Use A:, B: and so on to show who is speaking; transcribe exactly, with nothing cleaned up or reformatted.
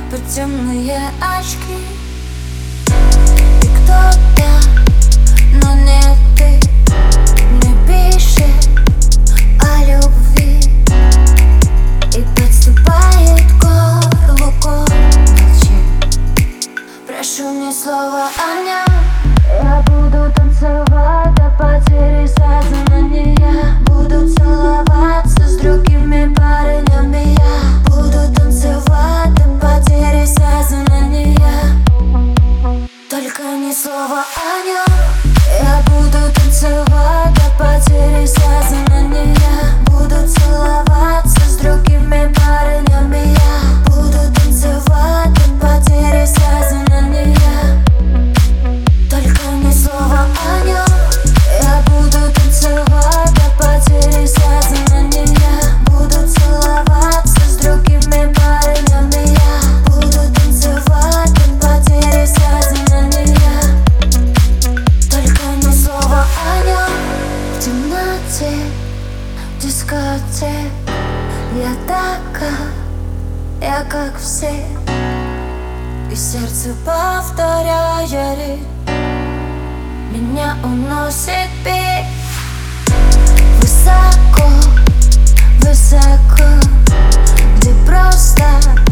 A: под темные очки. И кто-то, но не ты, мне пишет о любви и подступает к горлу ком. Молчи, прошу ни слова о нем. Я буду танцевать до потери сознания, буду целоваться с другими парнями. Я буду танцевать до потери сознания, только ни слова о нем. Я буду танцевать до потери сознания, буду целоваться с другими парнями. Я буду танцевать до потери сознания, только ни слова о нем. Я буду танцевать до потери сознания, буду целоваться с другими парнями. Я буду танцевать до потери сознания, только ни слова о нем. В темноте дискотек я такая, я как все, и сердце повторяет, меня уносит бег. Высоко, высоко, где просто